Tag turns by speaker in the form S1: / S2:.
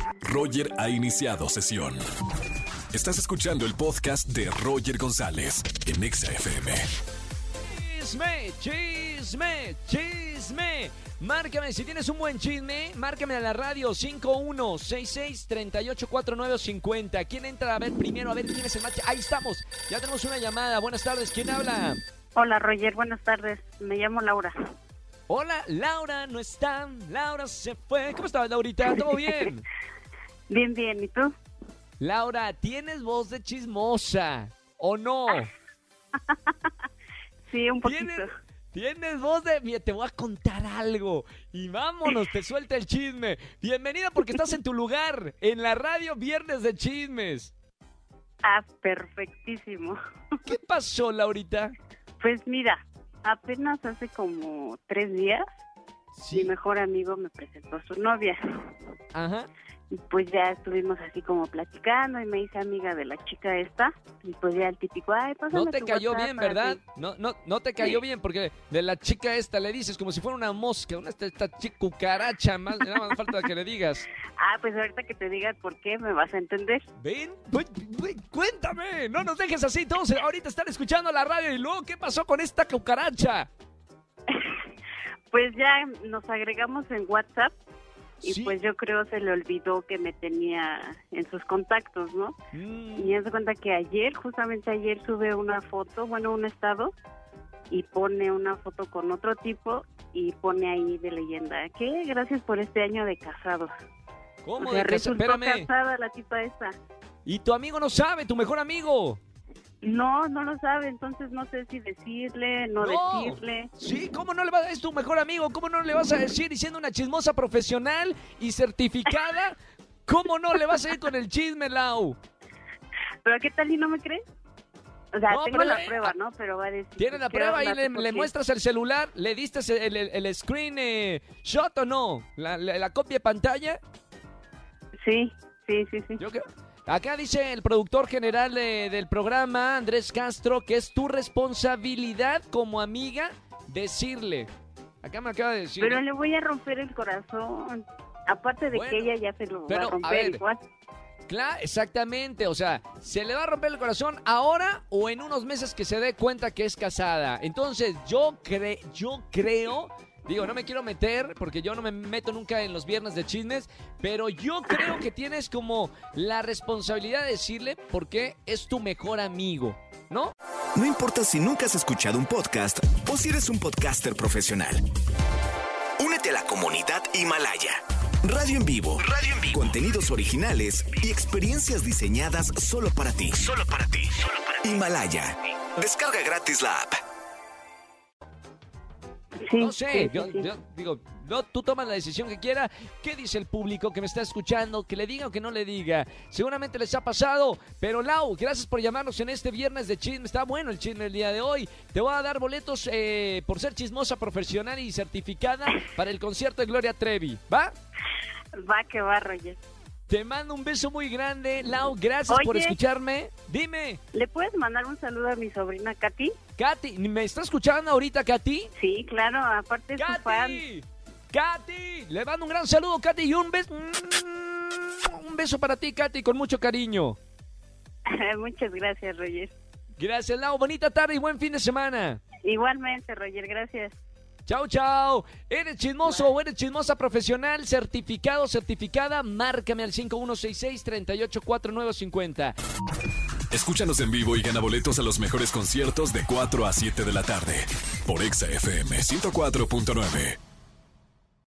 S1: Roger ha iniciado sesión. Estás escuchando el podcast de Roger González en Exa FM.
S2: Chisme. Márcame, si tienes un buen chisme, márcame a la radio 5166-384950. ¿Quién entra a ver primero? A ver quién es el match. Ahí estamos, ya tenemos una llamada. Buenas tardes, ¿quién habla?
S3: Hola Roger, buenas tardes, me llamo Laura.
S2: Hola, Laura no está, Laura se fue. ¿Cómo estás, Laurita? ¿Todo bien?
S3: Bien, ¿y tú?
S2: Laura, ¿tienes voz de chismosa o no?
S3: Sí, un poquito.
S2: ¿Tienes voz de... Mira, te voy a contar algo y vámonos, te suelta el chisme. Bienvenida porque estás en tu lugar, en la radio Viernes de Chismes.
S3: Ah, perfectísimo.
S2: ¿Qué pasó, Laurita?
S3: Pues mira, apenas hace como 3 días, mi mejor amigo me presentó a su novia.
S2: Ajá.
S3: Y pues ya estuvimos así como platicando y me hice amiga de la chica esta. Y pues ya el típico, ay, pásame
S2: No te
S3: tu
S2: cayó
S3: WhatsApp
S2: bien,
S3: para
S2: ¿verdad?
S3: que-".
S2: No te cayó bien porque de la chica esta le dices como si fuera una mosca, esta chica cucaracha, nada más falta que le digas.
S3: Ah, pues ahorita que te diga por qué me vas a entender.
S2: Ven, cuéntame, no nos dejes así todos. Ahorita están escuchando la radio y luego, ¿qué pasó con esta cucaracha?
S3: Pues ya nos agregamos en WhatsApp. Y
S2: ¿Sí?
S3: pues yo creo se le olvidó que me tenía en sus contactos, ¿no? Y me das cuenta que justamente ayer sube una foto, un estado, y pone una foto con otro tipo y pone ahí de leyenda, ¿qué? Gracias por este año de casados.
S2: ¿Cómo
S3: O sea,
S2: de casa?
S3: resultó
S2: Espérame.
S3: casada la tipa esta.
S2: Y tu amigo no sabe, tu mejor amigo.
S3: No lo sabe, entonces no sé si decirle, no decirle.
S2: Sí, ¿cómo no le vas a... Es tu mejor amigo, ¿cómo no le vas a decir? Y siendo una chismosa profesional y certificada, ¿cómo no le vas a ir con el chisme, Lau?
S3: ¿Pero qué tal y no me crees? O sea,
S2: No,
S3: tengo
S2: pero
S3: la prueba, ¿no? Pero va a decir...
S2: Tiene la
S3: ¿qué
S2: prueba
S3: onda?
S2: y le
S3: ¿Por qué?
S2: muestras el celular, le diste el screen shot o no, la copia de pantalla.
S3: Sí.
S2: Yo creo... Acá dice el productor general del programa, Andrés Castro, que es tu responsabilidad como amiga decirle. Acá me acaba de decir.
S3: Pero le voy a romper el corazón. Aparte de que ella ya se lo va a romper igual.
S2: Claro, exactamente. O sea, ¿se le va a romper el corazón ahora o en unos meses que se dé cuenta que es casada? Entonces, yo creo... Digo, no me quiero meter porque yo no me meto nunca en los viernes de chismes, pero yo creo que tienes como la responsabilidad de decirle porque es tu mejor amigo, ¿no?
S1: No importa si nunca has escuchado un podcast o si eres un podcaster profesional. Únete a la comunidad Himalaya. Radio en vivo. Contenidos originales y experiencias diseñadas solo para ti. Himalaya. Descarga gratis la app.
S3: Sí,
S2: No sé,
S3: sí.
S2: yo digo, no, tú tomas la decisión que quiera. ¿Qué dice el público que me está escuchando? Que le diga o que no le diga. Seguramente les ha pasado. Pero Lau, gracias por llamarnos en este viernes de chisme. Está bueno el chisme el día de hoy. Te voy a dar boletos por ser chismosa profesional y certificada para el concierto de Gloria Trevi. ¿Va?
S3: Va que va, Roger.
S2: Te mando un beso muy grande, Lau. Gracias por escucharme. Dime.
S3: ¿Le puedes mandar un saludo a mi sobrina Katy?
S2: Katy, ¿me está escuchando ahorita, Katy?
S3: Sí, claro, aparte es su fan.
S2: ¡Katy! Le mando un gran saludo, Katy, y un beso para ti, Katy, con mucho cariño.
S3: Muchas gracias, Roger.
S2: Gracias, Lau. Bonita tarde y buen fin de semana.
S3: Igualmente, Roger, gracias.
S2: Chao. ¿Eres chismoso o eres chismosa profesional? Certificado, certificada, márcame al 5166-384950.
S1: Escúchanos en vivo y gana boletos a los mejores conciertos de 4 a 7 de la tarde. Por Exa FM 104.9.